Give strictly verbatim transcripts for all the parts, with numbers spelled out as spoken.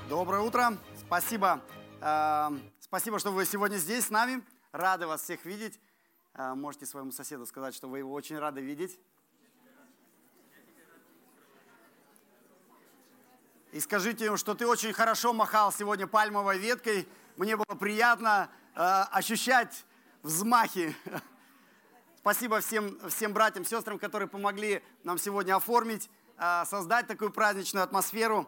Доброе утро. Спасибо. Э, спасибо, что вы сегодня здесь с нами. Рады вас всех видеть. Э, можете своему соседу сказать, что вы его очень рады видеть. И скажите ему, что ты очень хорошо махал сегодня пальмовой веткой. Мне было приятно э, ощущать взмахи. Спасибо всем, всем братьям, сестрам, которые помогли нам сегодня оформить, э, создать такую праздничную атмосферу.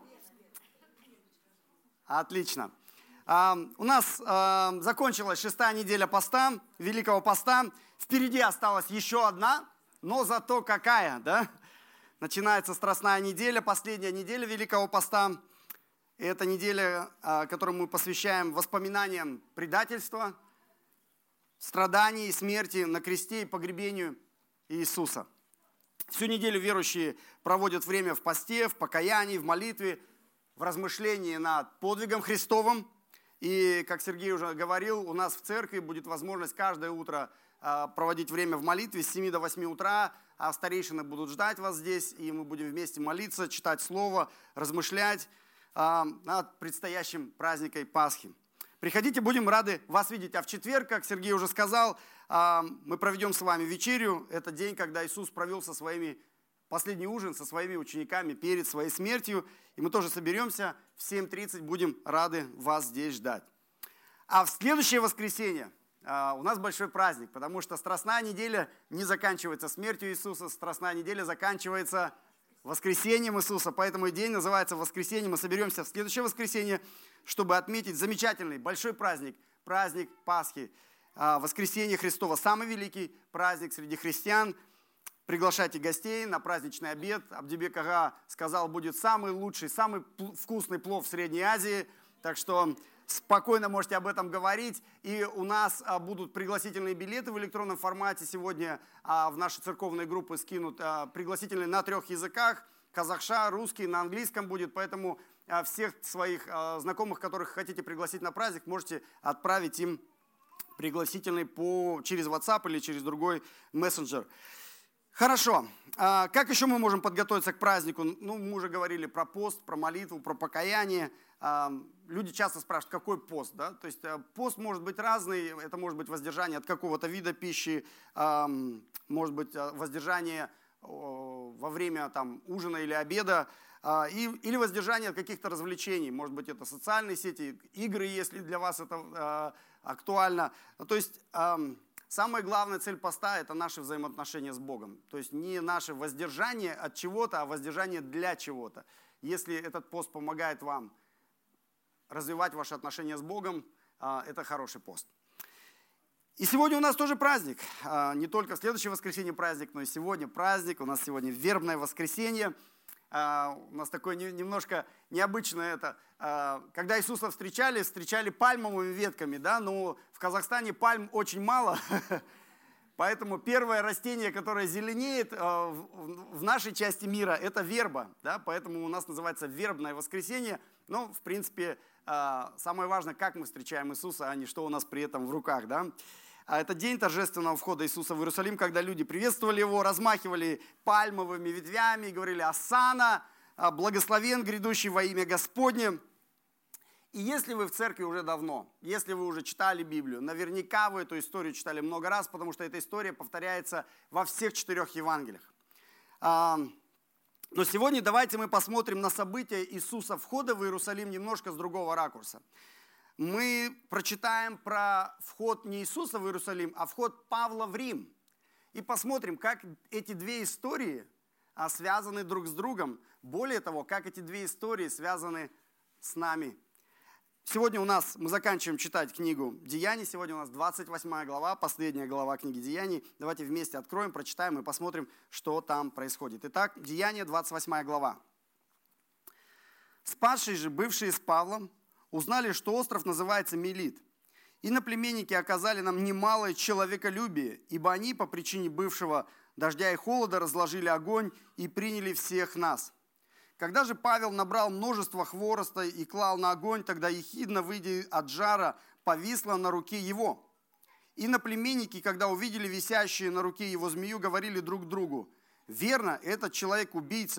Отлично. Uh, у нас uh, закончилась шестая неделя поста, Великого поста. Впереди осталась еще одна, но зато какая, да? Начинается Страстная неделя, последняя неделя Великого поста. И это неделя, uh, которую мы посвящаем воспоминаниям предательства, страданий, смерти на кресте и погребению Иисуса. Всю неделю верующие проводят время в посте, в покаянии, в молитве, в размышлении над подвигом Христовым. И, как Сергей уже говорил, у нас в церкви будет возможность каждое утро проводить время в молитве с семи до восьми утра. А старейшины будут ждать вас здесь, и мы будем вместе молиться, читать Слово, размышлять над предстоящим праздником Пасхи. Приходите, будем рады вас видеть. А в четверг, как Сергей уже сказал, мы проведем с вами вечерю. Это день, когда Иисус провел со своими последний ужин со своими учениками перед своей смертью. И мы тоже соберемся в семь тридцать, будем рады вас здесь ждать. А в следующее воскресенье а, у нас большой праздник, потому что Страстная неделя не заканчивается смертью Иисуса, Страстная неделя заканчивается воскресением Иисуса. Поэтому и день называется воскресенье. Мы соберемся в следующее воскресенье, чтобы отметить замечательный большой праздник, праздник Пасхи. А, воскресенье Христово, самый великий праздник среди христиан. Приглашайте гостей на праздничный обед. Абдибек ага сказал, будет самый лучший, самый вкусный плов в Средней Азии. Так что спокойно можете об этом говорить. И у нас будут пригласительные билеты в электронном формате. Сегодня в наши церковные группы скинут пригласительные на трех языках. Казахша, русский, на английском будет. Поэтому всех своих знакомых, которых хотите пригласить на праздник, можете отправить им пригласительный по, через WhatsApp или через другой мессенджер. Хорошо. А как еще мы можем подготовиться к празднику? Ну, мы уже говорили про пост, про молитву, про покаяние. А, люди часто спрашивают, какой пост, да? То есть пост может быть разный. Это может быть воздержание от какого-то вида пищи, а, может быть воздержание во время там, ужина или обеда, а, и, или воздержание от каких-то развлечений. Может быть, это социальные сети, игры, если для вас это а, актуально. То есть... А, Самая главная цель поста – это наши взаимоотношения с Богом. То есть не наше воздержание от чего-то, а воздержание для чего-то. Если этот пост помогает вам развивать ваши отношения с Богом, это хороший пост. И сегодня у нас тоже праздник. Не только в следующее воскресенье праздник, но и сегодня праздник. У нас сегодня вербное воскресенье. У нас такое немножко необычное это. Когда Иисуса встречали, встречали пальмовыми ветками, да, но в Казахстане пальм очень мало, поэтому первое растение, которое зеленеет в нашей части мира, это верба, да, поэтому у нас называется вербное воскресенье. Но, в принципе, самое важное, как мы встречаем Иисуса, а не что у нас при этом в руках, да. Это день торжественного входа Иисуса в Иерусалим, когда люди приветствовали Его, размахивали пальмовыми ветвями и говорили «Осанна, благословен грядущий во имя Господне». И если вы в церкви уже давно, если вы уже читали Библию, наверняка вы эту историю читали много раз, потому что эта история повторяется во всех четырех Евангелиях. Но сегодня давайте мы посмотрим на события Иисуса входа в Иерусалим немножко с другого ракурса. Мы прочитаем про вход не Иисуса в Иерусалим, а вход Павла в Рим. И посмотрим, как эти две истории связаны друг с другом. Более того, как эти две истории связаны с нами. Сегодня у нас, мы заканчиваем читать книгу Деяний. Сегодня у нас двадцать восьмая глава, последняя глава книги Деяний. Давайте вместе откроем, прочитаем и посмотрим, что там происходит. Итак, Деяния, двадцать восьмая глава. «Спасшие же, бывшие с Павлом, узнали, что остров называется Мелит. Иноплеменники оказали нам немалое человеколюбие, ибо они по причине бывшего дождя и холода разложили огонь и приняли всех нас. Когда же Павел набрал множество хвороста и клал на огонь, тогда ехидно, выйдя от жара, повисла на руке его. Иноплеменники, когда увидели висящие на руке его змею, говорили друг другу: верно, этот человек убийца,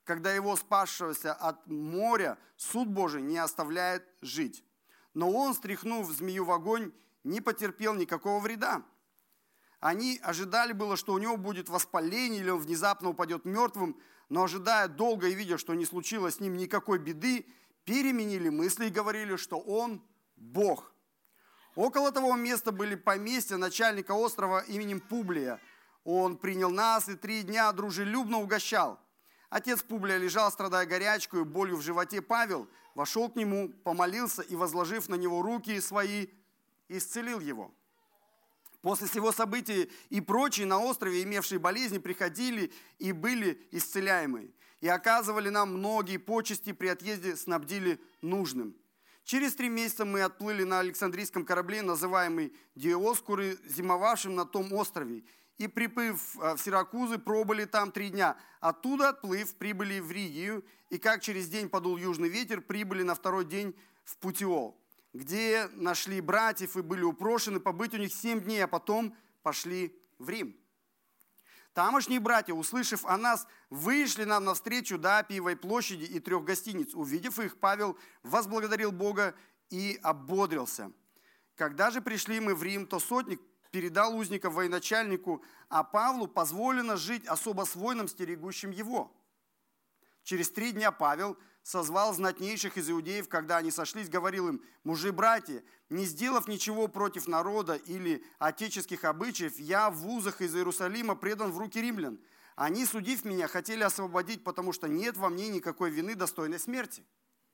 когда его спасшегося от моря суд Божий не оставляет жить. Но он, стряхнув змею в огонь, не потерпел никакого вреда. Они ожидали было, что у него будет воспаление, или он внезапно упадет мертвым, но ожидая долго и видя, что не случилось с ним никакой беды, переменили мысли и говорили, что он Бог. Около того места были поместья начальника острова именем Публия. Он принял нас и три дня дружелюбно угощал. Отец Публия лежал, страдая горячкой и болью в животе. Павел вошел к нему, помолился и, возложив на него руки свои, исцелил его. После всего события и прочие на острове, имевшие болезни, приходили и были исцеляемые. И оказывали нам многие почести, при отъезде снабдили нужным. Через три месяца мы отплыли на Александрийском корабле, называемый Диоскуры, зимовавшим на том острове. И, приплыв в Сиракузы, пробыли там три дня. Оттуда, отплыв, прибыли в Ригию, и как через день подул южный ветер, прибыли на второй день в Путиол, где нашли братьев и были упрошены побыть у них семь дней, а потом пошли в Рим. Тамошние братья, услышав о нас, вышли нам навстречу до Апиевой площади и трех гостиниц. Увидев их, Павел возблагодарил Бога и ободрился. Когда же пришли мы в Рим, то сотник передал узников военачальнику, а Павлу позволено жить особо с воином, стерегущим его. Через три дня Павел созвал знатнейших из иудеев, когда они сошлись, говорил им: мужи-братья, не сделав ничего против народа или отеческих обычаев, я в вузах из Иерусалима предан в руки римлян. Они, судив меня, хотели освободить, потому что нет во мне никакой вины, достойной смерти.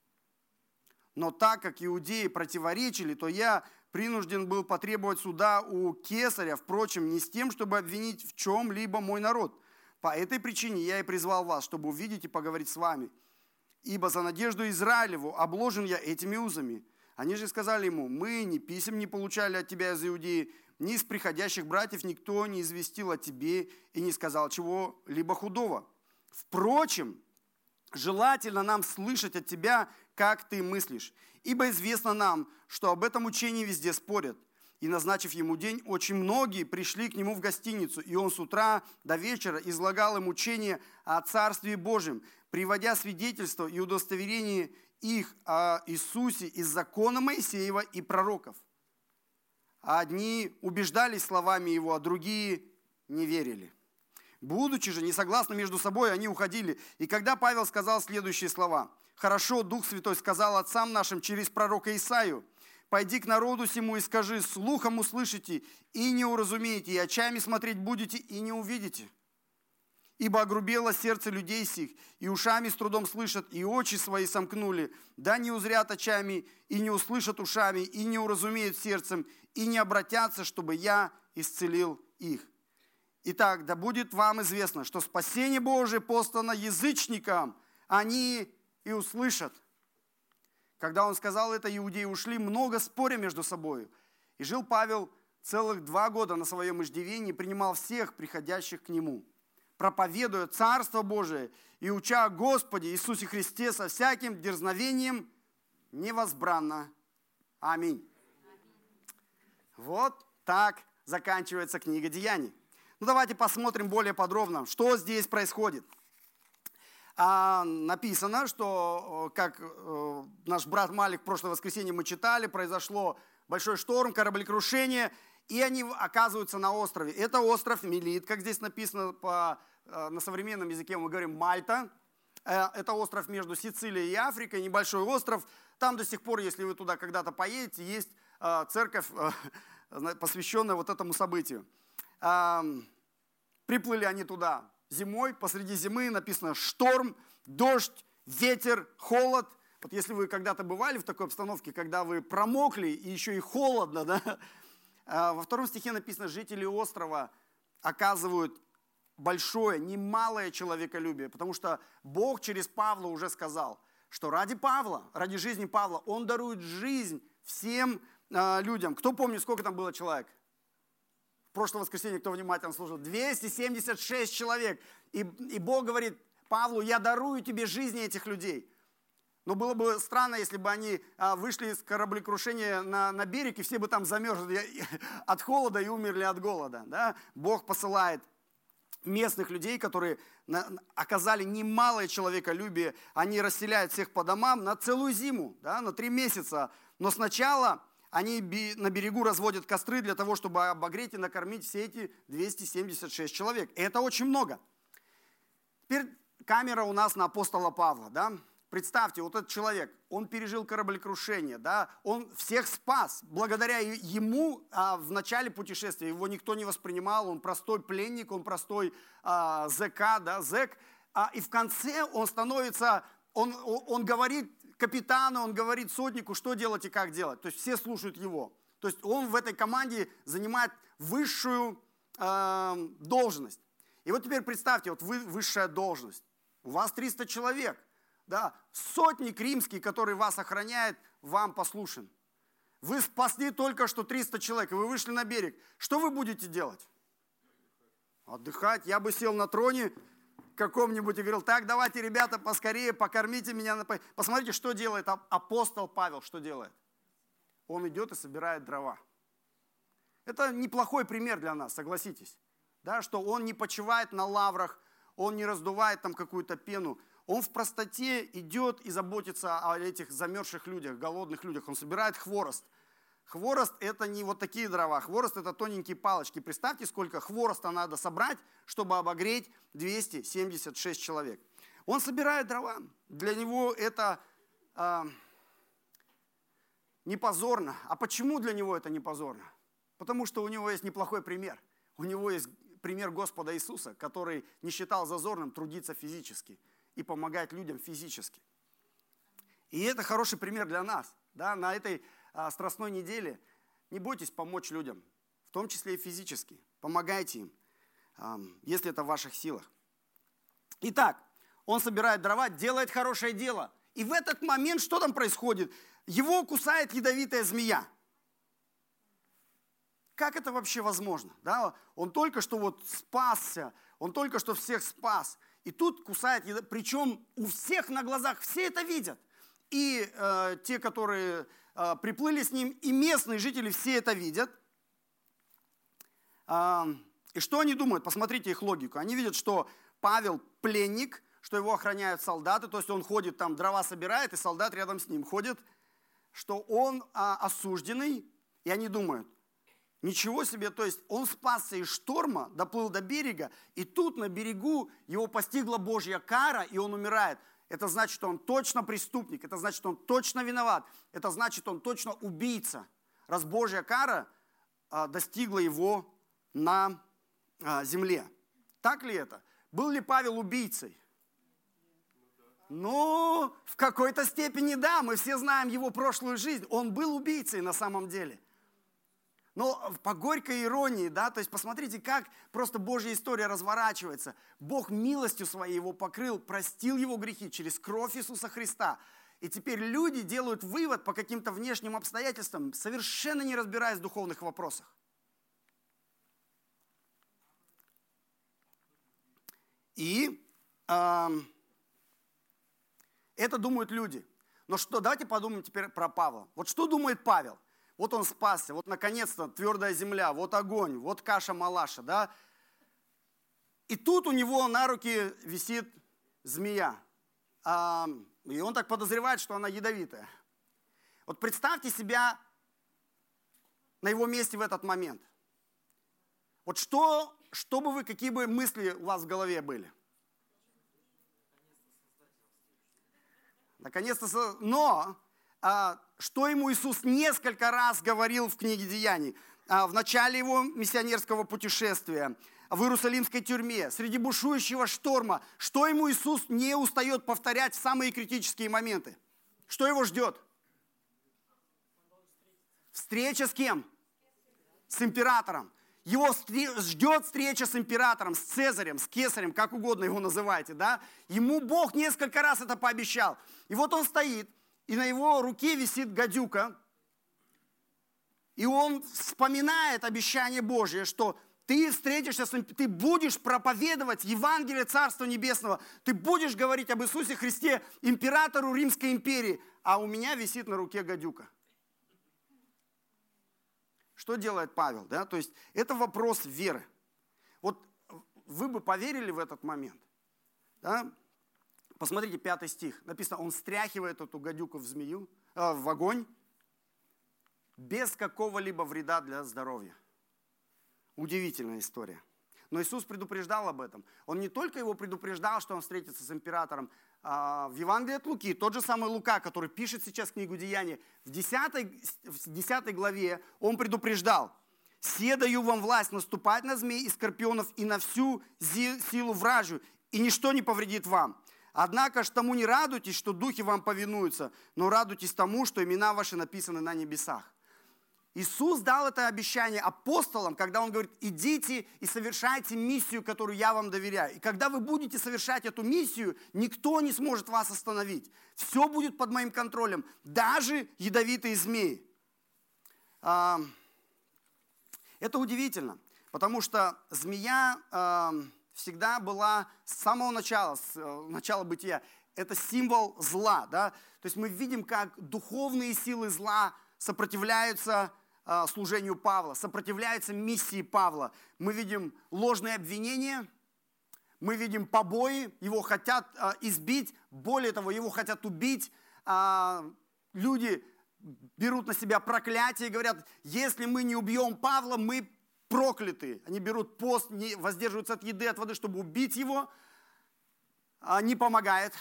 Но так как иудеи противоречили, то я принужден был потребовать суда у кесаря, впрочем, не с тем, чтобы обвинить в чем-либо мой народ. По этой причине я и призвал вас, чтобы увидеть и поговорить с вами. Ибо за надежду Израилеву обложен я этими узами. Они же сказали ему: мы ни писем не получали от тебя из Иудеи, ни из приходящих братьев никто не известил о тебе и не сказал чего-либо худого. Впрочем, желательно нам слышать от тебя, как ты мыслишь. Ибо известно нам, что об этом учении везде спорят. И, назначив ему день, очень многие пришли к нему в гостиницу, и он с утра до вечера излагал им учение о Царстве Божьем, приводя свидетельство и удостоверение их о Иисусе из закона Моисеева и пророков. А одни убеждались словами его, а другие не верили. Будучи же несогласны между собой, они уходили. И когда Павел сказал следующие слова: «Хорошо, Дух Святой сказал отцам нашим через пророка Исаию: пойди к народу сему и скажи, слухом услышите и не уразумеете, и очами смотреть будете и не увидите. Ибо огрубело сердце людей сих, и ушами с трудом слышат, и очи свои сомкнули, да не узрят очами, и не услышат ушами, и не уразумеют сердцем, и не обратятся, чтобы я исцелил их. Итак, да будет вам известно, что спасение Божие послано язычникам, они и услышат». Когда он сказал это, иудеи ушли, много споря между собой. И жил Павел целых два года на своем иждивении, принимал всех приходящих к нему, проповедуя Царство Божие и уча о Господе Иисусе Христе со всяким дерзновением невозбранно. Аминь. Вот так заканчивается книга Деяний. Ну давайте посмотрим более подробно, что здесь происходит. А написано, что, как э, наш брат Малик в прошлое воскресенье мы читали, произошло большой шторм, кораблекрушение, и они оказываются на острове. Это остров Мелит, как здесь написано по, э, на современном языке, мы говорим Мальта. Э, это остров между Сицилией и Африкой, небольшой остров. Там до сих пор, если вы туда когда-то поедете, есть э, церковь, э, посвященная вот этому событию. Э, приплыли они туда зимой, посреди зимы, написано шторм, дождь, ветер, холод. Вот если вы когда-то бывали в такой обстановке, когда вы промокли и еще и холодно, да? Во втором стихе написано: жители острова оказывают большое, немалое человеколюбие, потому что Бог через Павла уже сказал, что ради Павла, ради жизни Павла, Он дарует жизнь всем э, людям. Кто помнит, сколько там было человек? В прошлое воскресенье, кто внимательно слушал, двести семьдесят шесть человек. И, и Бог говорит Павлу: я дарую тебе жизни этих людей. Но было бы странно, если бы они а, вышли из кораблекрушения на, на берег, и все бы там замерзли от холода и умерли от голода. Да? Бог посылает местных людей, которые оказали немалое человеколюбие. Они расселяют всех по домам на целую зиму, да, на три месяца. Но сначала они на берегу разводят костры для того, чтобы обогреть и накормить все эти двести семьдесят шесть человек. И это очень много. Теперь камера у нас на апостола Павла, да. Представьте, вот этот человек, он пережил кораблекрушение, да, он всех спас. Благодаря ему а, в начале путешествия его никто не воспринимал, он простой пленник, он простой а, зэка, да, зэк. А, и в конце он становится, он, он говорит капитану, он говорит сотнику, что делать и как делать. То есть все слушают его. То есть он в этой команде занимает высшую э, должность. И вот теперь представьте, вот вы высшая должность, у вас триста человек. Да, сотник римский, который вас охраняет, вам послушен. Вы спасли только что триста человек, и вы вышли на берег. Что вы будете делать? Отдыхать. Я бы сел на троне каком-нибудь и говорил, так, давайте, ребята, поскорее, покормите меня. Посмотрите, что делает апостол Павел, что делает. Он идет и собирает дрова. Это неплохой пример для нас, согласитесь. Да, что он не почивает на лаврах, он не раздувает там какую-то пену. Он в простоте идет и заботится о этих замерзших людях, голодных людях. Он собирает хворост. Хворост – это не вот такие дрова. Хворост – это тоненькие палочки. Представьте, сколько хвороста надо собрать, чтобы обогреть двести семьдесят шесть человек. Он собирает дрова. Для него это э, не позорно. А почему для него это не позорно? Потому что у него есть неплохой пример. У него есть пример Господа Иисуса, который не считал зазорным трудиться физически и помогать людям физически. И это хороший пример для нас. Да? На этой а, страстной неделе не бойтесь помочь людям, в том числе и физически. Помогайте им, а, если это в ваших силах. Итак, он собирает дрова, делает хорошее дело. И в этот момент что там происходит? Его кусает ядовитая змея. Как это вообще возможно? Да? Он только что вот спасся, он только что всех спас. И тут кусает, причем у всех на глазах, все это видят. И э, те, которые э, приплыли с ним, и местные жители все это видят. Э, и что они думают? Посмотрите их логику. Они видят, что Павел пленник, что его охраняют солдаты, то есть он ходит там, дрова собирает, и солдат рядом с ним ходит, что он э, осужденный, и они думают, ничего себе, то есть он спасся из шторма, доплыл до берега, и тут на берегу его постигла Божья кара, и он умирает. Это значит, что он точно преступник, это значит, что он точно виноват, это значит, что он точно убийца, раз Божья кара а, достигла его на а, земле. Так ли это? Был ли Павел убийцей? Ну, в какой-то степени да, мы все знаем его прошлую жизнь, он был убийцей на самом деле. Но по горькой иронии, да, то есть посмотрите, как просто Божья история разворачивается. Бог милостью своей его покрыл, простил его грехи через кровь Иисуса Христа. И теперь люди делают вывод по каким-то внешним обстоятельствам, совершенно не разбираясь в духовных вопросах. И э, это думают люди. Но что, давайте подумаем теперь про Павла. Вот что думает Павел? Вот он спасся, вот наконец-то твердая земля, вот огонь, вот каша-малаша, да. И тут у него на руке висит змея. А, и он так подозревает, что она ядовитая. Вот представьте себя на его месте в этот момент. Вот что, что бы вы, какие бы мысли у вас в голове были? Наконец-то, но... А, что ему Иисус несколько раз говорил в книге Деяний. А, в начале его миссионерского путешествия, в Иерусалимской тюрьме, среди бушующего шторма. Что ему Иисус не устает повторять в самые критические моменты? Что его ждет? Встреча с кем? С императором. Его ждет встреча с императором, с Цезарем, с Кесарем, как угодно его называйте. Да? Ему Бог несколько раз это пообещал. И вот он стоит. И на его руке висит гадюка, и он вспоминает обещание Божье, что ты встретишься с ним, ты будешь проповедовать Евангелие Царства Небесного, ты будешь говорить об Иисусе Христе, императору Римской империи, а у меня висит на руке гадюка. Что делает Павел? Да? То есть это вопрос веры. Вот вы бы поверили в этот момент? Да? Посмотрите, пятый стих. Написано, он стряхивает эту гадюку в змею, э, в огонь, без какого-либо вреда для здоровья. Удивительная история. Но Иисус предупреждал об этом. Он не только его предупреждал, что он встретится с императором. А в Евангелии от Луки, тот же самый Лука, который пишет сейчас книгу Деяния, в десятой, в десятой главе он предупреждал: «Се даю вам власть наступать на змей и скорпионов и на всю силу вражью, и ничто не повредит вам. Однако ж тому не радуйтесь, что духи вам повинуются, но радуйтесь тому, что имена ваши написаны на небесах». Иисус дал это обещание апостолам, когда Он говорит: идите и совершайте миссию, которую я вам доверяю. И когда вы будете совершать эту миссию, никто не сможет вас остановить. Все будет под моим контролем, даже ядовитые змеи. Это удивительно, потому что змея всегда была с самого начала, с начала бытия. Это символ зла. Да? То есть мы видим, как духовные силы зла сопротивляются э, служению Павла, сопротивляются миссии Павла. Мы видим ложные обвинения, мы видим побои, его хотят э, избить, более того, его хотят убить. Э, люди берут на себя проклятие и говорят: если мы не убьем Павла, мы прокляты. Они берут пост, не воздерживаются от еды, от воды, чтобы убить его. А, не помогает.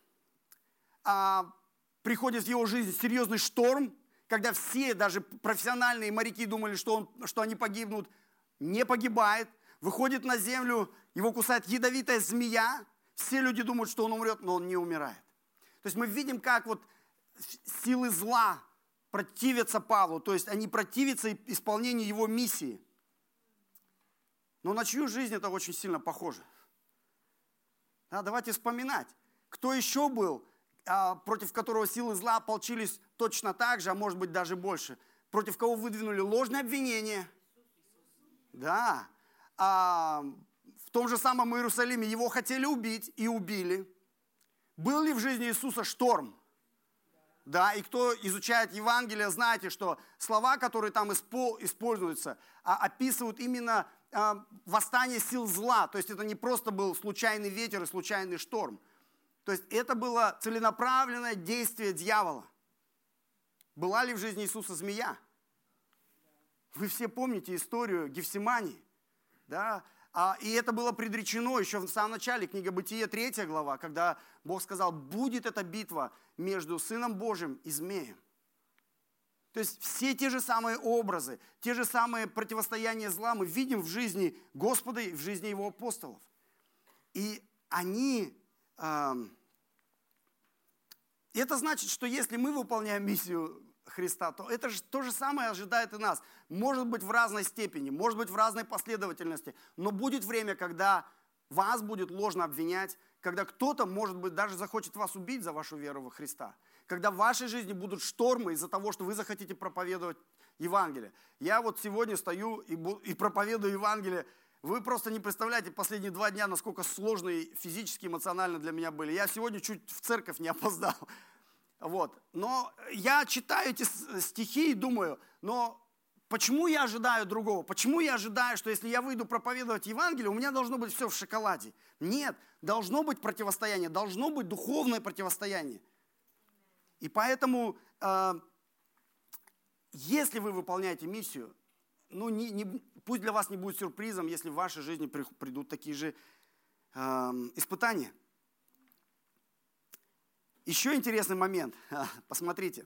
А, приходит в его жизнь серьезный шторм, когда все, даже профессиональные моряки, думали, что, он, что они погибнут. Не погибает. Выходит на землю, его кусает ядовитая змея. Все люди думают, что он умрет, но он не умирает. То есть мы видим, как вот силы зла противятся Павлу. То есть они противятся исполнению его миссии. Но на чью жизнь это очень сильно похоже? Да, давайте вспоминать, кто еще был, против которого силы зла ополчились точно так же, а может быть даже больше. Против кого выдвинули ложные обвинения. Да. А в том же самом Иерусалиме его хотели убить и убили. Был ли в жизни Иисуса шторм? Да, и кто изучает Евангелие, знаете, что слова, которые там используются, описывают именно восстание сил зла. То есть это не просто был случайный ветер и случайный шторм. То есть это было целенаправленное действие дьявола. Была ли в жизни Иисуса змея? Вы все помните историю Гефсимании. Да? И это было предречено еще в самом начале, книга Бытие, третья глава, когда Бог сказал: будет эта битва между Сыном Божьим и змеем. То есть все те же самые образы, те же самые противостояния зла мы видим в жизни Господа и в жизни Его апостолов. И они... Э, это значит, что если мы выполняем миссию Христа, то это же то же самое ожидает и нас. Может быть, в разной степени, может быть, в разной последовательности, но будет время, когда вас будет ложно обвинять, когда кто-то, может быть, даже захочет вас убить за вашу веру во Христа, когда в вашей жизни будут штормы из-за того, что вы захотите проповедовать Евангелие. Я вот сегодня стою и, и проповедую Евангелие. Вы просто не представляете последние два дня, насколько сложные физически, эмоционально для меня были. Я сегодня чуть в церковь не опоздал. Вот. Но я читаю эти стихи и думаю, но почему я ожидаю другого? Почему я ожидаю, что если я выйду проповедовать Евангелие, у меня должно быть все в шоколаде? Нет, должно быть противостояние, должно быть духовное противостояние. И поэтому, э, если вы выполняете миссию, ну, не, не, пусть для вас не будет сюрпризом, если в вашей жизни придут такие же э, испытания. Еще интересный момент. Посмотрите.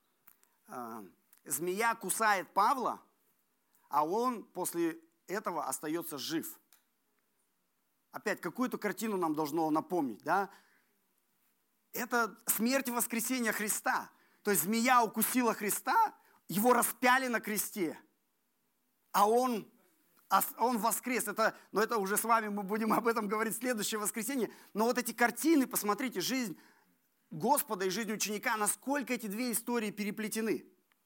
Змея кусает Павла, а он после этого остается жив. Опять, какую-то картину нам должно напомнить. Да? Это смерть и воскресение Христа. То есть змея укусила Христа, его распяли на кресте, а он, он воскрес. Это, но это уже с вами мы будем об этом говорить в следующее воскресенье. Но вот эти картины, посмотрите, жизнь Господа и жизнь ученика, насколько эти две истории переплетены.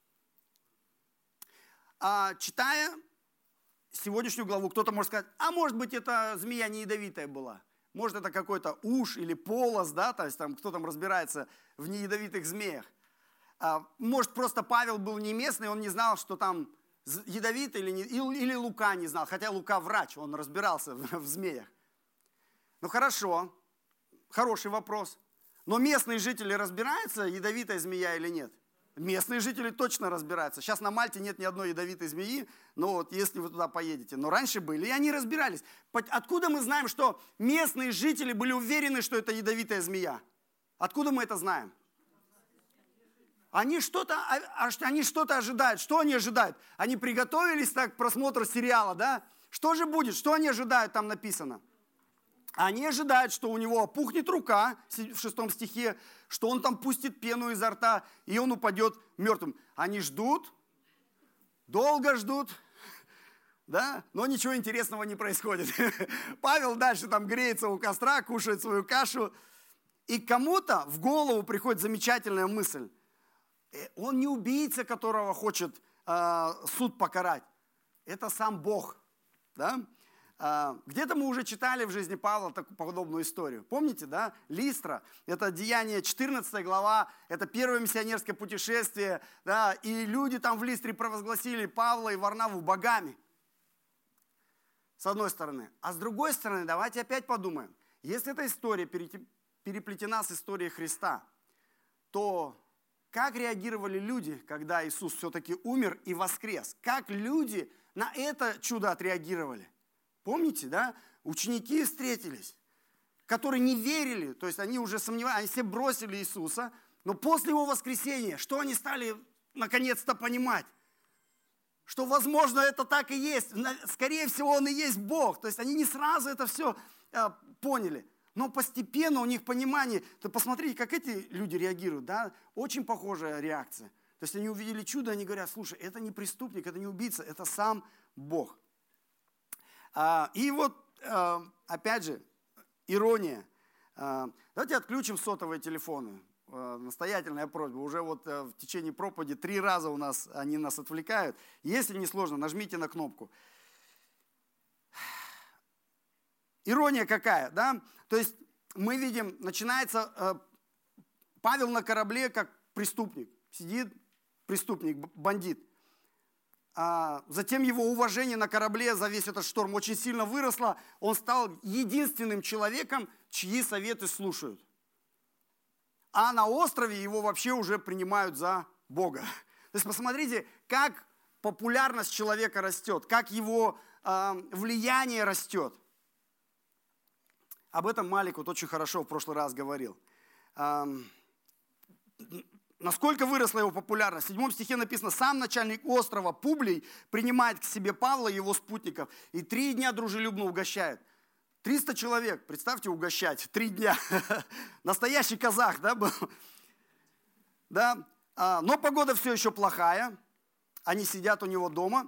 А, читая сегодняшнюю главу, кто-то может сказать: а может быть, эта змея не ядовитая была. Может, это какой-то уж или полос, да, то есть там, кто там разбирается в неядовитых змеях. А, может, просто Павел был не местный, он не знал, что там ядовитый или, не, или Лука не знал, хотя Лука врач, он разбирался в, в змеях. Ну хорошо, хороший вопрос. Но местные жители разбираются, ядовитая змея или нет? Местные жители точно разбираются. Сейчас на Мальте нет ни одной ядовитой змеи, но вот если вы туда поедете. Но раньше были, и они разбирались. Откуда мы знаем, что местные жители были уверены, что это ядовитая змея? Откуда мы это знаем? Они что-то, они что-то ожидают. Что они ожидают? Они приготовились так к просмотру сериала, да? Что же будет? Что они ожидают, там написано? Они ожидают, что у него опухнет рука, в шестом стихе, что он там пустит пену изо рта, и он упадет мертвым. Они ждут, долго ждут, да, но ничего интересного не происходит. Павел дальше там греется у костра, кушает свою кашу, и кому-то в голову приходит замечательная мысль. Он не убийца, которого хочет э, суд покарать. Это сам Бог, да? Где-то мы уже читали в жизни Павла такую подобную историю. Помните, да? Листра, это Деяние четырнадцатая глава, это первое миссионерское путешествие, да? И люди там в Листре провозгласили Павла и Варнаву богами. С одной стороны. А с другой стороны, давайте опять подумаем. Если эта история переплетена с историей Христа, то как реагировали люди, когда Иисус все-таки умер и воскрес? Как люди на это чудо отреагировали? Помните, да? Ученики встретились, которые не верили, то есть они уже сомневались, они все бросили Иисуса, но после Его воскресения, что они стали наконец-то понимать? Что, возможно, это так и есть, скорее всего, Он и есть Бог. То есть они не сразу это все э, поняли, но постепенно у них понимание, то посмотрите, как эти люди реагируют, да? Очень похожая реакция. То есть они увидели чудо, они говорят, слушай, это не преступник, это не убийца, это сам Бог. И вот, опять же, ирония. Давайте отключим сотовые телефоны. Настоятельная просьба. Уже вот в течение проповеди три раза у нас они нас отвлекают. Если не сложно, нажмите на кнопку. Ирония какая, да? То есть мы видим, начинается Павел на корабле как преступник. Сидит преступник, бандит. А затем его уважение на корабле за весь этот шторм очень сильно выросло. Он стал единственным человеком, чьи советы слушают. А на острове его вообще уже принимают за Бога. То есть посмотрите, как популярность человека растет, как его э, влияние растет. Об этом Малик вот очень хорошо в прошлый раз говорил. Э, Насколько выросла его популярность? В седьмом стихе написано, сам начальник острова Публий принимает к себе Павла и его спутников и три дня дружелюбно угощает. триста человек, представьте, угощать, три дня. Настоящий казах, да, был? Да? Но погода все еще плохая, они сидят у него дома.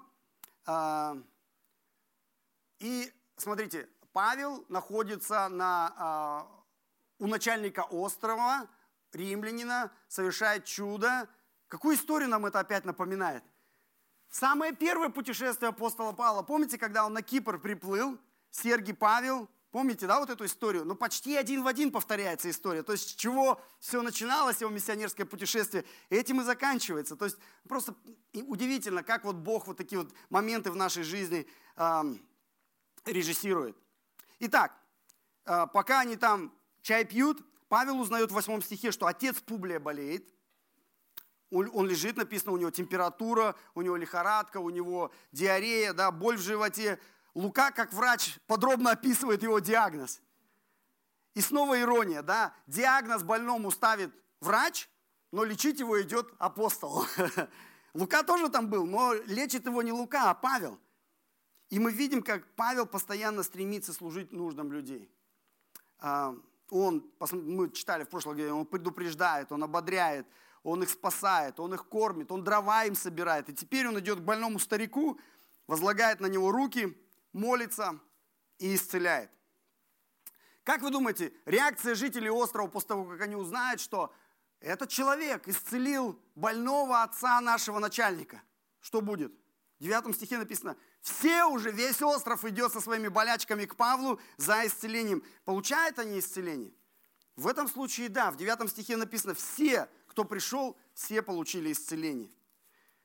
И смотрите, Павел находится на, у начальника острова, римлянина, совершает чудо. Какую историю нам это опять напоминает? Самое первое путешествие апостола Павла. Помните, когда он на Кипр приплыл, Сергий Павел, помните, да, вот эту историю? Ну, почти один в один повторяется история. То есть, с чего все начиналось, его миссионерское путешествие, этим и заканчивается. То есть, просто удивительно, как вот Бог вот такие вот моменты в нашей жизни э, режиссирует. Итак, э, пока они там чай пьют, Павел узнает в восьмом стихе, что отец Публия болеет. Он лежит, написано, у него температура, у него лихорадка, у него диарея, да, боль в животе. Лука, как врач, подробно описывает его диагноз. И снова ирония, да, диагноз больному ставит врач, но лечить его идет апостол. Лука тоже там был, но лечит его не Лука, а Павел. И мы видим, как Павел постоянно стремится служить нуждам людей. Он, мы читали в прошлом году, он предупреждает, он ободряет, он их спасает, он их кормит, он дрова им собирает. И теперь он идет к больному старику, возлагает на него руки, молится и исцеляет. Как вы думаете, реакция жителей острова после того, как они узнают, что этот человек исцелил больного отца нашего начальника? Что будет? В девятом стихе написано, все уже, весь остров идет со своими болячками к Павлу за исцелением. Получают они исцеление? В этом случае да, в девятом стихе написано, все, кто пришел, все получили исцеление.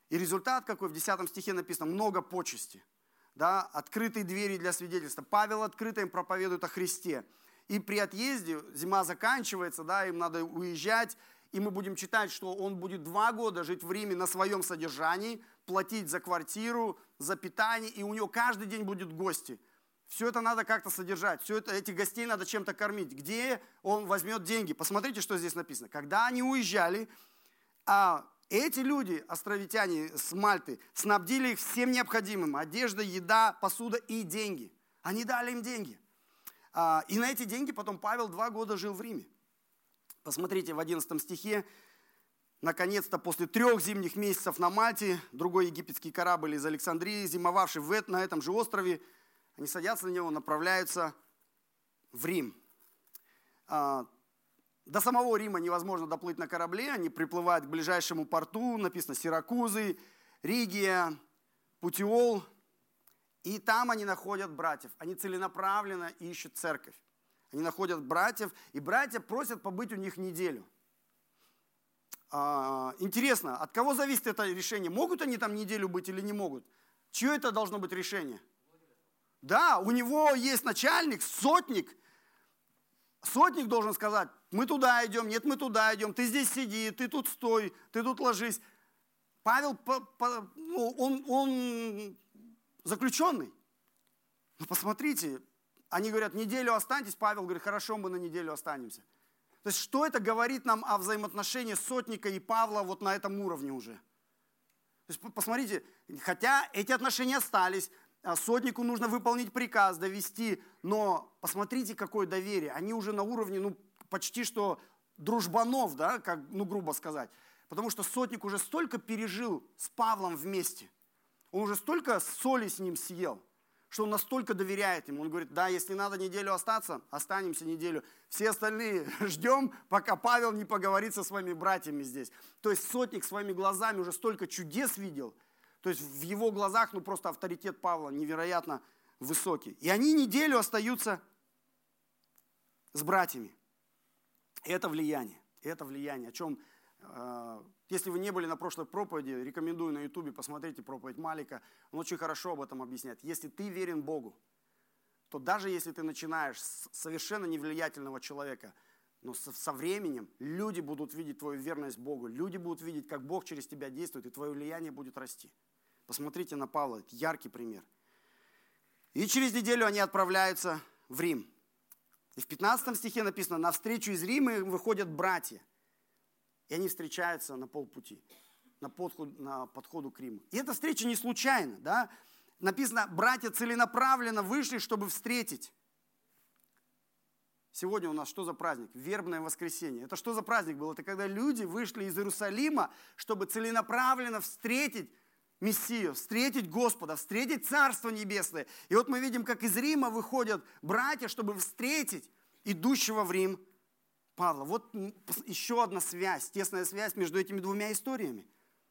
И результат какой? В десятом стихе написано: много почести. Да? Открытые двери для свидетельства. Павел открыто им проповедует о Христе. И при отъезде, зима заканчивается, да, им надо уезжать, и мы будем читать, что он будет два года жить в Риме на своем содержании, платить за квартиру, за питание, и у него каждый день будут гости. Все это надо как-то содержать, все это, этих гостей надо чем-то кормить. Где он возьмет деньги? Посмотрите, что здесь написано. Когда они уезжали, а эти люди, островитяне с Мальты, снабдили их всем необходимым: одежда, еда, посуда и деньги. Они дали им деньги. И на эти деньги потом Павел два года жил в Риме. Посмотрите, в одиннадцатом стихе. Наконец-то, после трех зимних месяцев на Мальте, другой египетский корабль из Александрии, зимовавший в, на этом же острове, они садятся на него, направляются в Рим. До самого Рима невозможно доплыть на корабле, они приплывают к ближайшему порту, написано Сиракузы, Ригия, Путиол, и там они находят братьев. Они целенаправленно ищут церковь. Они находят братьев, и братья просят побыть у них неделю. Интересно, от кого зависит это решение? Могут они там неделю быть или не могут? Чье это должно быть решение? Да, у него есть начальник, сотник. Сотник должен сказать: мы туда идем, нет, мы туда идем, ты здесь сиди, ты тут стой, ты тут ложись. Павел, ну, он, он заключенный. Ну, посмотрите, они говорят: неделю останьтесь. Павел говорит: хорошо, мы на неделю останемся. То есть, что это говорит нам о взаимоотношении сотника и Павла вот на этом уровне уже? То есть, посмотрите, хотя эти отношения остались, сотнику нужно выполнить приказ, довести, но посмотрите, какое доверие. Они уже на уровне, ну, почти что дружбанов, да, как, ну, грубо сказать. Потому что сотник уже столько пережил с Павлом вместе. Он уже столько соли с ним съел, что он настолько доверяет ему. Он говорит: да, если надо неделю остаться, останемся неделю. Все остальные ждем, пока Павел не поговорит со своими братьями здесь. То есть сотник своими глазами уже столько чудес видел. То есть в его глазах, ну, просто авторитет Павла невероятно высокий. И они неделю остаются с братьями. И это влияние. И это влияние. О чем, э, если вы не были на прошлой проповеди, рекомендую на ютубе, посмотрите проповедь Малика. Он очень хорошо об этом объясняет. Если ты верен Богу, то даже если ты начинаешь с совершенно невлиятельного человека, но со, со временем люди будут видеть твою верность Богу. Люди будут видеть, как Бог через тебя действует, и твое влияние будет расти. Посмотрите на Павла, это яркий пример. И через неделю они отправляются в Рим. И в пятнадцатом стихе написано: навстречу из Рима выходят братья. И они встречаются на полпути, на, подход, на подходу к Риму. И эта встреча не случайна. Да? Написано: братья целенаправленно вышли, чтобы встретить. Сегодня у нас что за праздник? Вербное воскресенье. Это что за праздник был? Это когда люди вышли из Иерусалима, чтобы целенаправленно встретить Мессию, встретить Господа, встретить Царство Небесное. И вот мы видим, как из Рима выходят братья, чтобы встретить идущего в Рим Павла. Вот еще одна связь, тесная связь между этими двумя историями.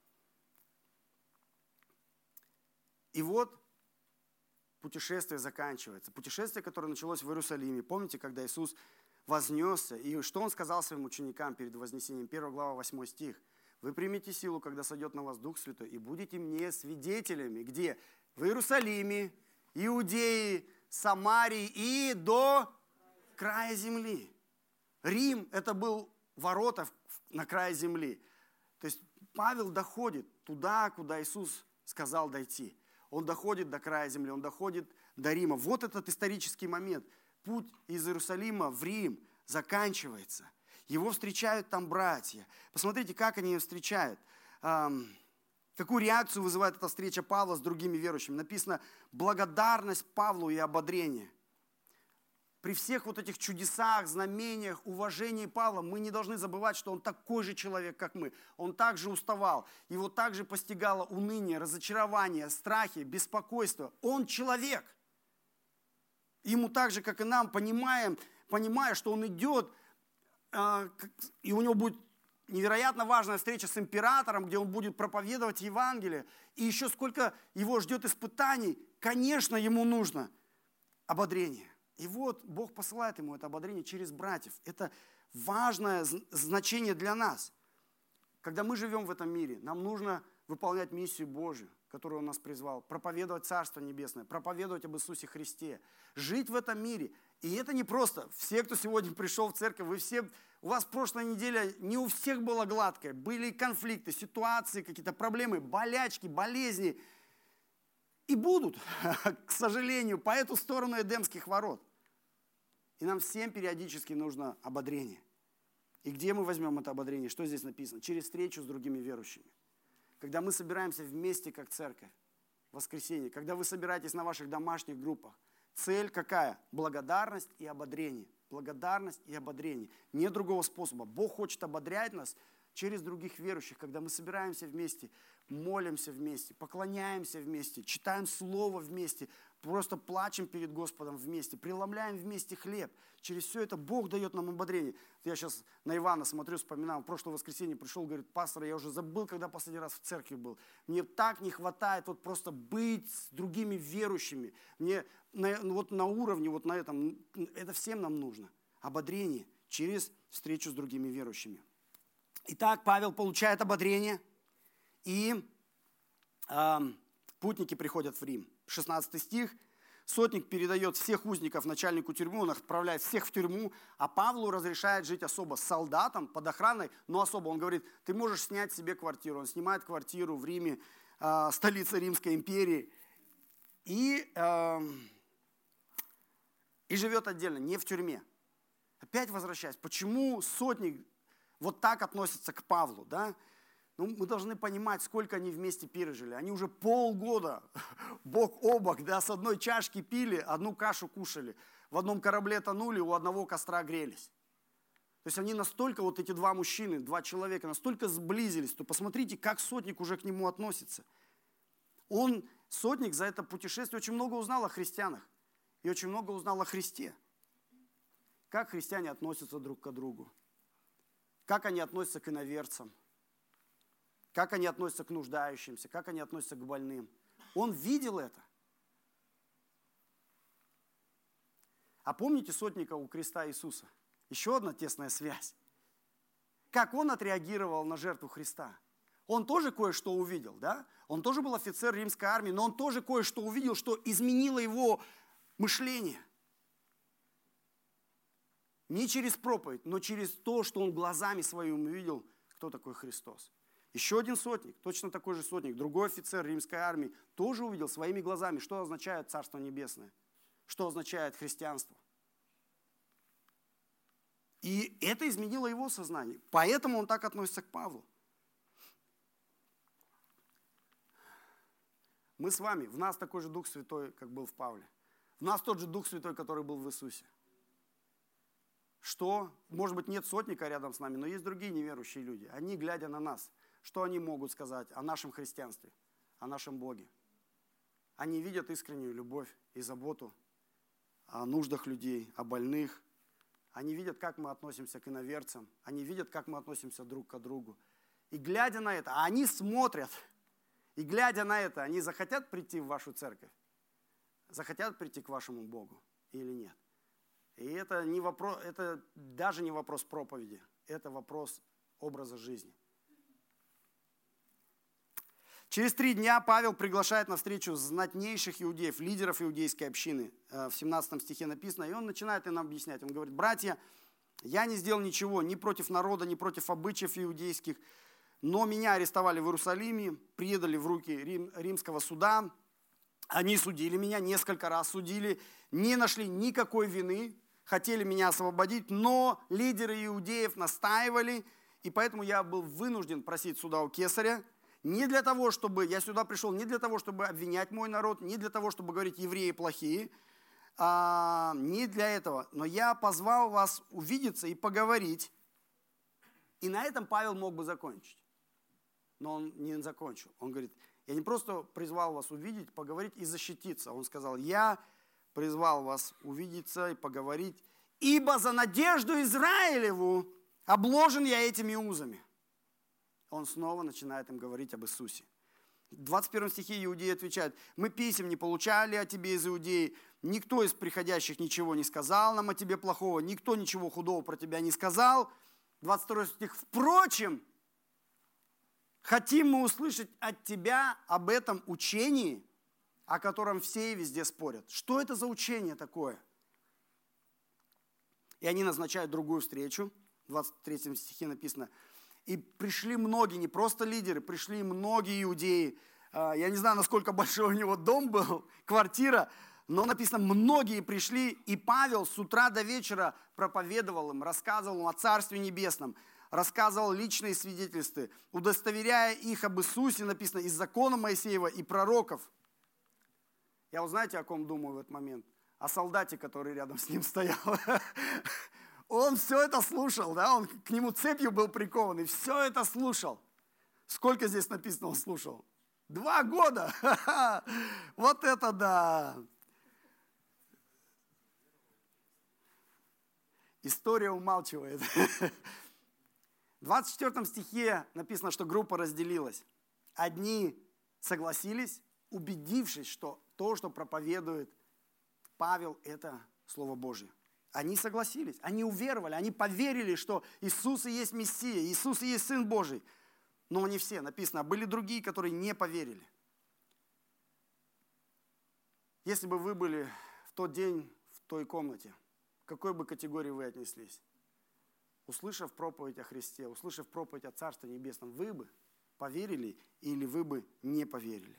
И вот путешествие заканчивается. Путешествие, которое началось в Иерусалиме. Помните, когда Иисус вознесся, и что Он сказал своим ученикам перед вознесением? первая глава, восьмой стих. Вы примете силу, когда сойдет на вас Дух Святой, и будете мне свидетелями. Где? В Иерусалиме, Иудее, Самарии и до края земли. Рим – это был ворота на край земли. То есть Павел доходит туда, куда Иисус сказал дойти. Он доходит до края земли, он доходит до Рима. Вот этот исторический момент. Путь из Иерусалима в Рим заканчивается. Его встречают там братья. Посмотрите, как они ее встречают. Какую реакцию вызывает эта встреча Павла с другими верующими? Написано: благодарность Павлу и ободрение. При всех вот этих чудесах, знамениях, уважении Павла мы не должны забывать, что он такой же человек, как мы. Он также уставал. Его также постигало уныние, разочарование, страхи, беспокойство. Он человек. Ему так же, как и нам, понимаем, понимая, что он идет, и у него будет невероятно важная встреча с императором, где он будет проповедовать Евангелие. И еще сколько его ждет испытаний, конечно, ему нужно ободрение. И вот Бог посылает ему это ободрение через братьев. Это важное значение для нас. Когда мы живем в этом мире, нам нужно выполнять миссию Божию, которую Он нас призвал, проповедовать Царство Небесное, проповедовать об Иисусе Христе, жить в этом мире. И это не просто. Все, кто сегодня пришел в церковь, вы все, у вас прошлая неделя не у всех была гладкая, были конфликты, ситуации, какие-то проблемы, болячки, болезни. И будут, к сожалению, по эту сторону Эдемских ворот. И нам всем периодически нужно ободрение. И где мы возьмем это ободрение? Что здесь написано? Через встречу с другими верующими. Когда мы собираемся вместе, как церковь, в воскресенье, когда вы собираетесь на ваших домашних группах, цель какая? Благодарность и ободрение. Благодарность и ободрение. Нет другого способа. Бог хочет ободрять нас через других верующих, когда мы собираемся вместе, молимся вместе, поклоняемся вместе, читаем Слово вместе, просто плачем перед Господом вместе, преломляем вместе хлеб. Через все это Бог дает нам ободрение. Я сейчас на Ивана смотрю, вспоминаю, в прошлое воскресенье пришел, говорит: пастор, я уже забыл, когда последний раз в церкви был. Мне так не хватает вот просто быть с другими верующими. Мне на, вот на уровне, вот на этом, это всем нам нужно. Ободрение через встречу с другими верующими. Итак, Павел получает ободрение, и э, путники приходят в Рим. шестнадцатый стих. Сотник передает всех узников начальнику тюрьмы, он отправляет всех в тюрьму, а Павлу разрешает жить особо с солдатом, под охраной, но особо. Он говорит: ты можешь снять себе квартиру. Он снимает квартиру в Риме, э, столице Римской империи, и, э, и живет отдельно, не в тюрьме. Опять возвращаясь, почему сотник вот так относится к Павлу, да? Ну, мы должны понимать, сколько они вместе пережили. Они уже полгода бок о бок, да, с одной чашки пили, одну кашу кушали. В одном корабле тонули, у одного костра грелись. То есть они настолько, вот эти два мужчины, два человека, настолько сблизились, то посмотрите, как сотник уже к нему относится. Он, сотник, за это путешествие очень много узнал о христианах и очень много узнал о Христе. Как христиане относятся друг к другу. Как они относятся к иноверцам, как они относятся к нуждающимся, как они относятся к больным. Он видел это. А помните сотника у креста Иисуса? Еще одна тесная связь. Как он отреагировал на жертву Христа? Он тоже кое-что увидел, да? Он тоже был офицер римской армии, но он тоже кое-что увидел, что изменило его мышление. Не через проповедь, но через то, что он глазами своими увидел, кто такой Христос. Еще один сотник, точно такой же сотник, другой офицер римской армии, тоже увидел своими глазами, что означает Царство Небесное, что означает христианство. И это изменило его сознание. Поэтому он так относится к Павлу. Мы с вами, в нас такой же Дух Святой, как был в Павле. В нас тот же Дух Святой, который был в Иисусе. Что, может быть, нет сотника рядом с нами, но есть другие неверующие люди. Они, глядя на нас, что они могут сказать о нашем христианстве, о нашем Боге? Они видят искреннюю любовь и заботу о нуждах людей, о больных. Они видят, как мы относимся к иноверцам. Они видят, как мы относимся друг к другу. И глядя на это, а они смотрят, и глядя на это, они захотят прийти в вашу церковь? Захотят прийти к вашему Богу или нет? И это, не вопрос, это даже не вопрос проповеди, это вопрос образа жизни. Через три дня Павел приглашает на встречу знатнейших иудеев, лидеров иудейской общины. В семнадцатом стихе написано, и он начинает им объяснять. Он говорит: братья, я не сделал ничего ни против народа, ни против обычаев иудейских, но меня арестовали в Иерусалиме, предали в руки рим, римского суда. Они судили меня, несколько раз судили, не нашли никакой вины, хотели меня освободить, но лидеры иудеев настаивали, и поэтому я был вынужден просить суда у кесаря. Не для того, чтобы я сюда пришел, не для того, чтобы обвинять мой народ, не для того, чтобы говорить, евреи плохие, а, не для этого. Но я позвал вас увидеться и поговорить. И на этом Павел мог бы закончить. Но он не закончил. Он говорит, я не просто призвал вас увидеть, поговорить и защититься. Он сказал, я призвал вас увидеться и поговорить, ибо за надежду Израилеву обложен я этими узами. Он снова начинает им говорить об Иисусе. В двадцать первом стихе иудеи отвечают, мы писем не получали о тебе из Иудеи, никто из приходящих ничего не сказал нам о тебе плохого, никто ничего худого про тебя не сказал. двадцать второй стих, впрочем, Хотим мы услышать от тебя об этом учении, о котором все и везде спорят. Что это за учение такое? И они назначают другую встречу. В двадцать третьем стихе написано: «И пришли многие, не просто лидеры, пришли многие иудеи». Я не знаю, насколько большой у него дом был, квартира, но написано, многие пришли, и Павел с утра до вечера проповедовал им, рассказывал им о Царстве Небесном, рассказывал личные свидетельства, удостоверяя их об Иисусе, написано, из закона Моисеева и пророков. Я вот знаете, о ком думаю в этот момент? О солдате, который рядом с ним стоял. Он все это слушал, да, он к нему цепью был прикован, и все это слушал. Сколько здесь написано, он слушал? Два года! Вот это да! История умалчивает. В двадцать четвёртом стихе написано, что группа разделилась. Одни согласились, убедившись, что то, что проповедует Павел, это Слово Божье. Они согласились, они уверовали, они поверили, что Иисус и есть Мессия, Иисус и есть Сын Божий. Но не все, написано, были другие, которые не поверили. Если бы вы были в тот день в той комнате, к какой бы категории вы отнеслись? Услышав проповедь о Христе, услышав проповедь о Царстве Небесном, вы бы поверили или вы бы не поверили?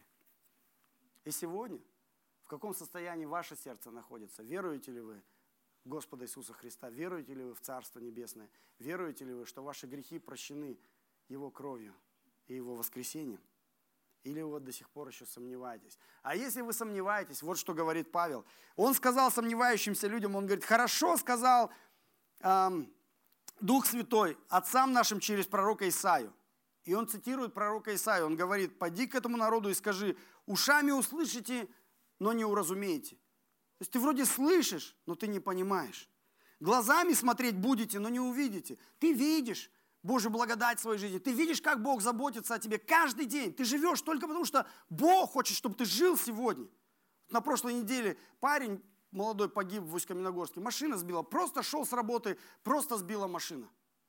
И сегодня, в каком состоянии ваше сердце находится? Веруете ли вы в Господа Иисуса Христа? Веруете ли вы в Царство Небесное? Веруете ли вы, что ваши грехи прощены Его кровью и Его воскресением? Или вы до сих пор еще сомневаетесь? А если вы сомневаетесь, вот что говорит Павел. Он сказал сомневающимся людям, он говорит, хорошо сказал эм, Дух Святой отцам нашим через пророка Исаию. И он цитирует пророка Исаию, он говорит, пойди к этому народу и скажи, ушами услышите, но не уразумеете. То есть ты вроде слышишь, но ты не понимаешь. Глазами смотреть будете, но не увидите. Ты видишь Божью благодать в своей жизни. Ты видишь, как Бог заботится о тебе каждый день. Ты живешь только потому, что Бог хочет, чтобы ты жил сегодня. На прошлой неделе парень молодой погиб в Усть-Каменогорске. Машина сбила. Просто шел с работы, просто сбила машина.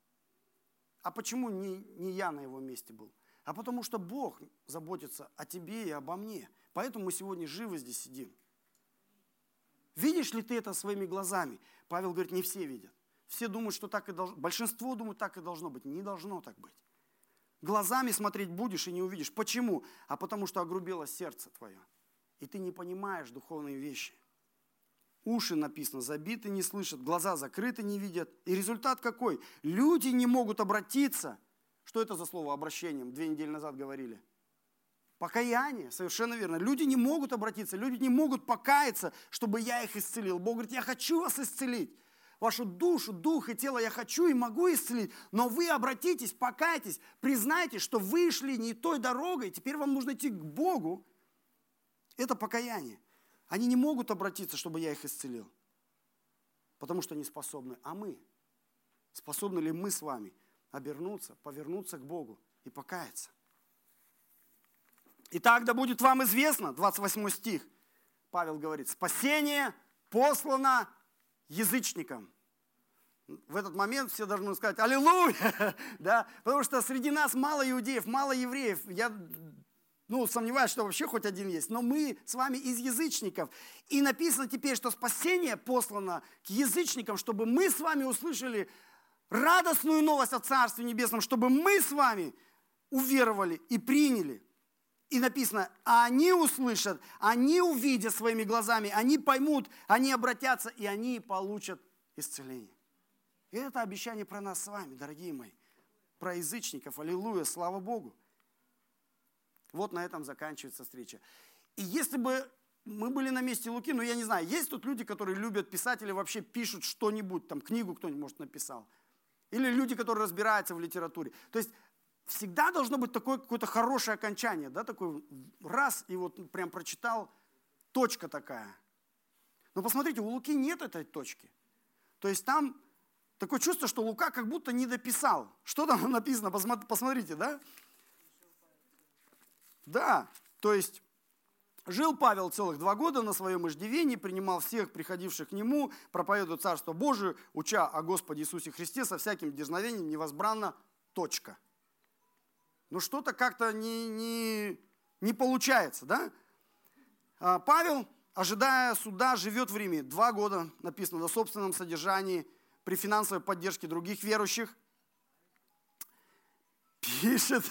А почему не, не я на его месте был? А потому что Бог заботится о тебе и обо мне. Поэтому мы сегодня живы здесь сидим. Видишь ли ты это своими глазами? Павел говорит, не все видят. Все думают, что так и должно. Большинство думают, так и должно быть. Не должно так быть. Глазами смотреть будешь и не увидишь. Почему? А потому что огрубело сердце твое. И ты не понимаешь духовные вещи. Уши, написано, забиты, не слышат, глаза закрыты, не видят. И результат какой? Люди не могут обратиться. Что это за слово обращением? Две недели назад говорили. Покаяние, совершенно верно. Люди не могут обратиться, люди не могут покаяться, чтобы я их исцелил. Бог говорит, я хочу вас исцелить. Вашу душу, дух и тело я хочу и могу исцелить, но вы обратитесь, покайтесь, признайте, что вы шли не той дорогой, теперь вам нужно идти к Богу. Это покаяние. Они не могут обратиться, чтобы я их исцелил, потому что не способны. А мы? Способны ли мы с вами обернуться, повернуться к Богу и покаяться? Итак, да будет вам известно, двадцать восьмой стих, Павел говорит, спасение послано язычникам. В этот момент все должны сказать «Аллилуйя!» да? Потому что среди нас мало иудеев, мало евреев. Я ну, сомневаюсь, что вообще хоть один есть. Но мы с вами из язычников. И написано теперь, что спасение послано к язычникам, чтобы мы с вами услышали радостную новость о Царстве Небесном, чтобы мы с вами уверовали и приняли. И написано, а они услышат, они увидят своими глазами, они поймут, они обратятся, и они получат исцеление. И это обещание про нас с вами, дорогие мои. Про язычников. Аллилуйя, слава Богу. Вот на этом заканчивается встреча. И если бы мы были на месте Луки, ну я не знаю, есть тут люди, которые любят писать или вообще пишут что-нибудь, там книгу кто-нибудь, может, написал. Или люди, которые разбираются в литературе. То есть всегда должно быть такое какое-то хорошее окончание, да, такой раз, и вот прям прочитал, точка такая. Но посмотрите, у Луки нет этой точки. То есть там такое чувство, что Лука как будто не дописал. Что там написано, посмотрите, да? Да, то есть жил Павел целых два года на своем иждивении, принимал всех приходивших к нему, проповедуя Царство Божие, уча о Господе Иисусе Христе со всяким дерзновением, невозбранно, точка. но что-то как-то не, не, не получается, да? Павел, ожидая суда, живет в Риме. Два года, написано, на собственном содержании, при финансовой поддержке других верующих. Пишет.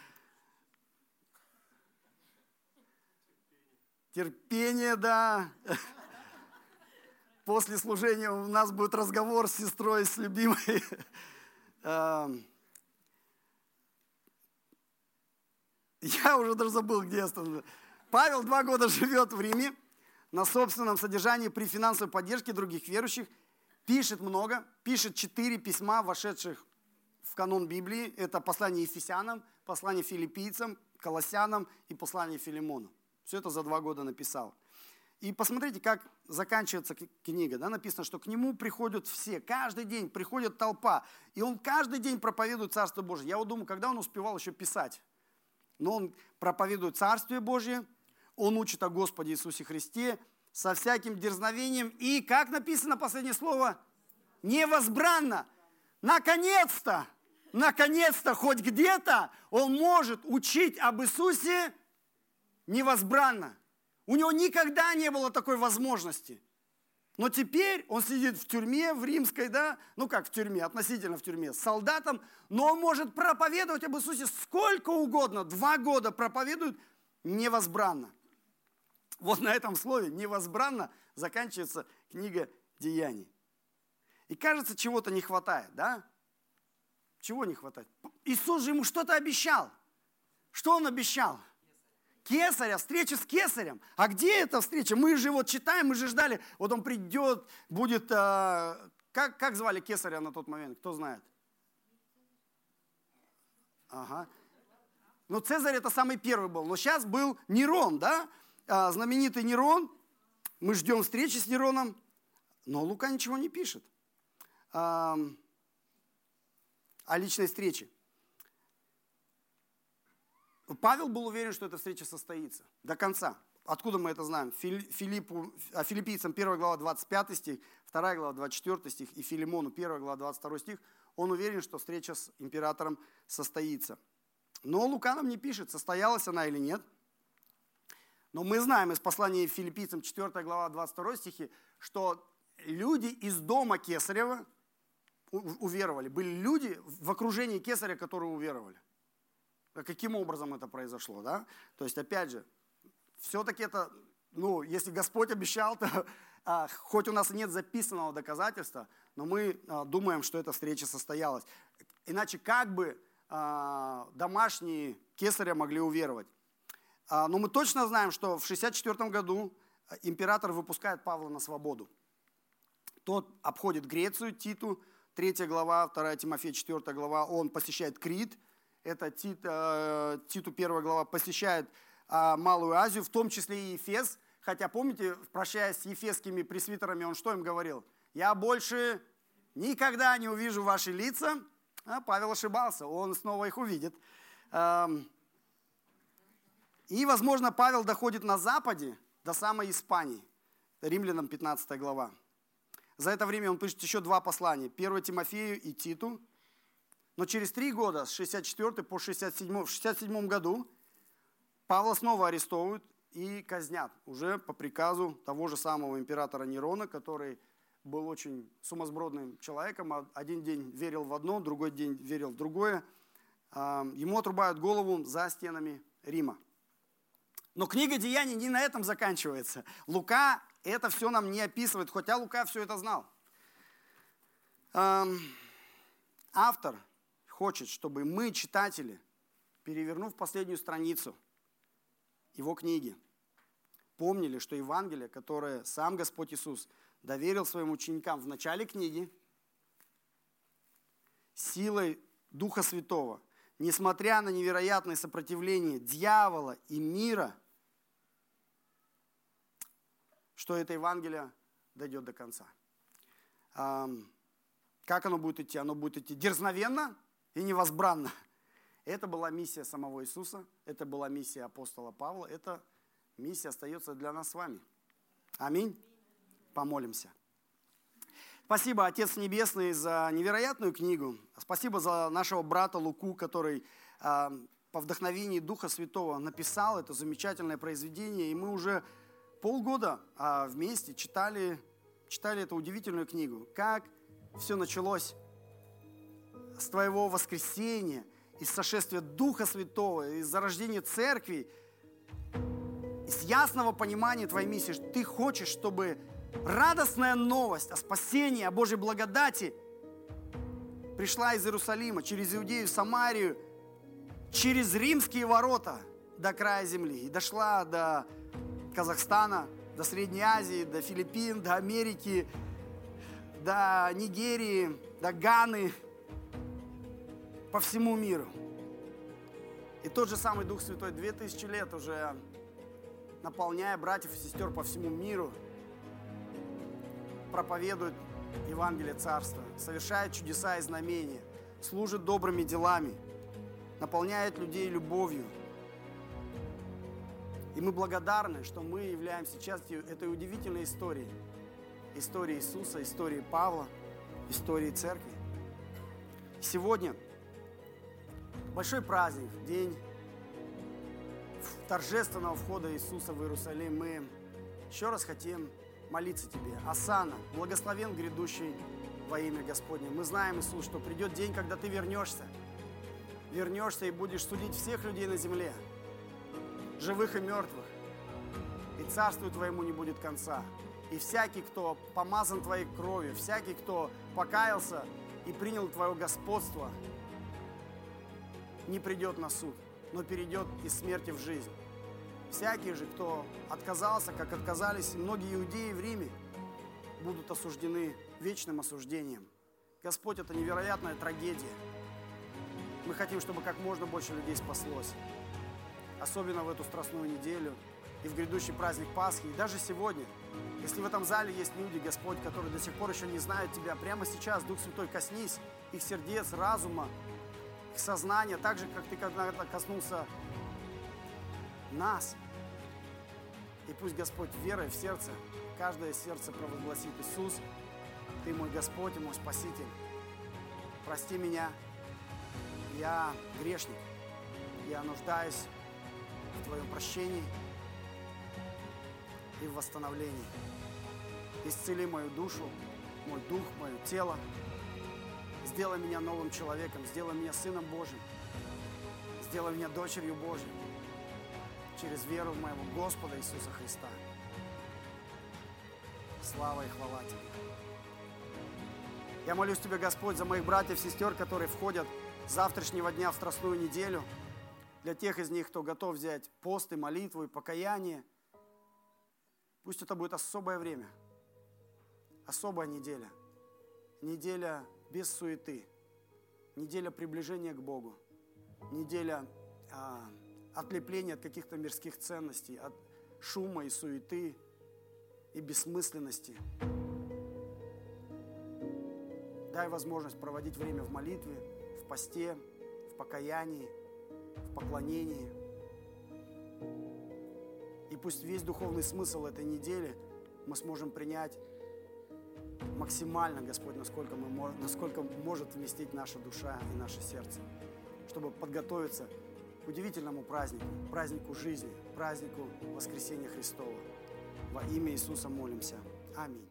Терпение, да. После служения у нас будет разговор с сестрой, с любимой. Я уже даже забыл, где я остановился. Павел два года живет в Риме на собственном содержании при финансовой поддержке других верующих. Пишет много, пишет четыре письма, вошедших в канон Библии. Это послание Ефесянам, послание Филиппийцам, Колоссянам и послание Филимону. Все это за два года написал. И посмотрите, как заканчивается книга. Да? Написано, что к нему приходят все. Каждый день приходит толпа. И он каждый день проповедует Царство Божие. Я вот думаю, когда он успевал еще писать? Но он проповедует Царствие Божие. Он учит о Господе Иисусе Христе со всяким дерзновением. И, как написано последнее слово, невозбранно. Наконец-то, наконец-то, хоть где-то он может учить об Иисусе невозбранно. У него никогда не было такой возможности. Но теперь он сидит в тюрьме, в римской, да, ну как в тюрьме, относительно в тюрьме, с солдатом, но он может проповедовать об Иисусе сколько угодно. Два года проповедует невозбранно. Вот на этом слове «невозбранно» заканчивается книга Деяний. И кажется, чего-то не хватает, да? Чего не хватает? Иисус же ему что-то обещал. Что он обещал? Кесаря, встреча с Кесарем. А где эта встреча? Мы же вот читаем, мы же ждали, вот он придет, будет... Э, как, как звали Кесаря на тот момент? Кто знает? Ага. Ну, Цезарь это самый первый был. Но сейчас был Нерон, да? А, знаменитый Нерон. Мы ждем встречи с Нероном. Но Лука ничего не пишет а, о личной встрече. Павел был уверен, что эта встреча состоится до конца. Откуда мы это знаем? Филиппу, Филиппийцам первая глава двадцать пятый стих, вторая глава двадцать четвёртый стих и Филимону первая глава двадцать второй стих. Он уверен, что встреча с императором состоится. Но Лука нам не пишет, состоялась она или нет. Но мы знаем из послания Филиппийцам четвёртая глава двадцать второй стихи, что люди из дома Кесарева уверовали. Были люди в окружении Кесаря, которые уверовали. Каким образом это произошло, да? То есть, опять же, все-таки это, ну, если Господь обещал, то а, хоть у нас нет записанного доказательства, но мы а, думаем, что эта встреча состоялась. Иначе как бы а, домашние Кесаря могли уверовать? А, но мы точно знаем, что в шестьдесят четвёртом году император выпускает Павла на свободу. Тот обходит Грецию, Титу, третья глава, вторая Тимофея, четвёртая глава, он посещает Крит. Это Тит, э, Титу первая глава посещает э, Малую Азию, в том числе и Ефес. Хотя, помните, прощаясь с ефесскими пресвитерами, он что им говорил? Я больше никогда не увижу ваши лица. А Павел ошибался, он снова их увидит. Эм, и, возможно, Павел доходит на западе до самой Испании. Римлянам пятнадцатая глава. За это время он пишет еще два послания. Первое Тимофею и Титу. Но через три года, с шестьдесят четвёртого по шестьдесят седьмой, в шестьдесят седьмом году, Павла снова арестовывают и казнят. Уже по приказу того же самого императора Нерона, который был очень сумасбродным человеком. Один день верил в одно, другой день верил в другое. Ему отрубают голову за стенами Рима. Но книга Деяний не на этом заканчивается. Лука это все нам не описывает, хотя Лука все это знал. Автор хочет, чтобы мы, читатели, перевернув последнюю страницу его книги, помнили, что Евангелие, которое сам Господь Иисус доверил своим ученикам в начале книги, силой Духа Святого, несмотря на невероятное сопротивление дьявола и мира, что это Евангелие дойдет до конца. Как оно будет идти? Оно будет идти дерзновенно и невозбранно. Это была миссия самого Иисуса, это была миссия апостола Павла, эта миссия остается для нас с вами. Аминь. Помолимся. Спасибо, Отец Небесный, за невероятную книгу. Спасибо за нашего брата Луку, который э, по вдохновению Духа Святого написал это замечательное произведение, и мы уже полгода вместе читали, читали эту удивительную книгу. Как все началось с твоего воскресения, из сошествия Духа Святого, из зарождения церкви, из ясного понимания твоей миссии, что ты хочешь, чтобы радостная новость о спасении, о Божьей благодати пришла из Иерусалима, через Иудею, Самарию, через римские ворота до края земли. И дошла до Казахстана, до Средней Азии, до Филиппин, до Америки, до Нигерии, до Ганы, по всему миру. И тот же самый Дух Святой две тысячи лет уже, наполняя братьев и сестер по всему миру, проповедует Евангелие Царства, совершает чудеса и знамения, служит добрыми делами, наполняет людей любовью. И мы благодарны, что мы являемся частью этой удивительной истории. Истории Иисуса, истории Павла, истории Церкви. Сегодня большой праздник, день торжественного входа Иисуса в Иерусалим. Мы еще раз хотим молиться Тебе. Осанна, благословен грядущий во имя Господне. Мы знаем, Иисус, что придет день, когда Ты вернешься. Вернешься и будешь судить всех людей на земле, живых и мертвых. И царству Твоему не будет конца. И всякий, кто помазан Твоей кровью, всякий, кто покаялся и принял Твое господство, не придет на суд, но перейдет из смерти в жизнь. Всякий же, кто отказался, как отказались многие иудеи в Риме, будут осуждены вечным осуждением. Господь, это невероятная трагедия. Мы хотим, чтобы как можно больше людей спаслось. Особенно в эту страстную неделю и в грядущий праздник Пасхи. И даже сегодня, если в этом зале есть люди, Господь, которые до сих пор еще не знают Тебя, прямо сейчас, Дух Святой, коснись их сердец, разума, их сознания, так же, как Ты когда-то коснулся нас. И пусть Господь верой в сердце, каждое сердце провозгласит: Иисус, Ты мой Господь и мой Спаситель. Прости меня, я грешник, я нуждаюсь в Твоем прощении и в восстановлении. Исцели мою душу, мой дух, мое тело. Сделай меня новым человеком, сделай меня Сыном Божьим, сделай меня дочерью Божьей через веру в моего Господа Иисуса Христа. Слава и хвала Тебе. Я молюсь Тебе, Господь, за моих братьев и сестер, которые входят с завтрашнего дня в страстную неделю. Для тех из них, кто готов взять пост и молитву и покаяние, пусть это будет особое время, особая неделя. Неделя без суеты, неделя приближения к Богу, неделя а, отлепления от каких-то мирских ценностей, от шума и суеты и бессмысленности. Дай возможность проводить время в молитве, в посте, в покаянии, в поклонении. И пусть весь духовный смысл этой недели мы сможем принять максимально, Господь, насколько, мы, насколько может вместить наша душа и наше сердце, чтобы подготовиться к удивительному празднику, празднику жизни, празднику воскресения Христова. Во имя Иисуса молимся. Аминь.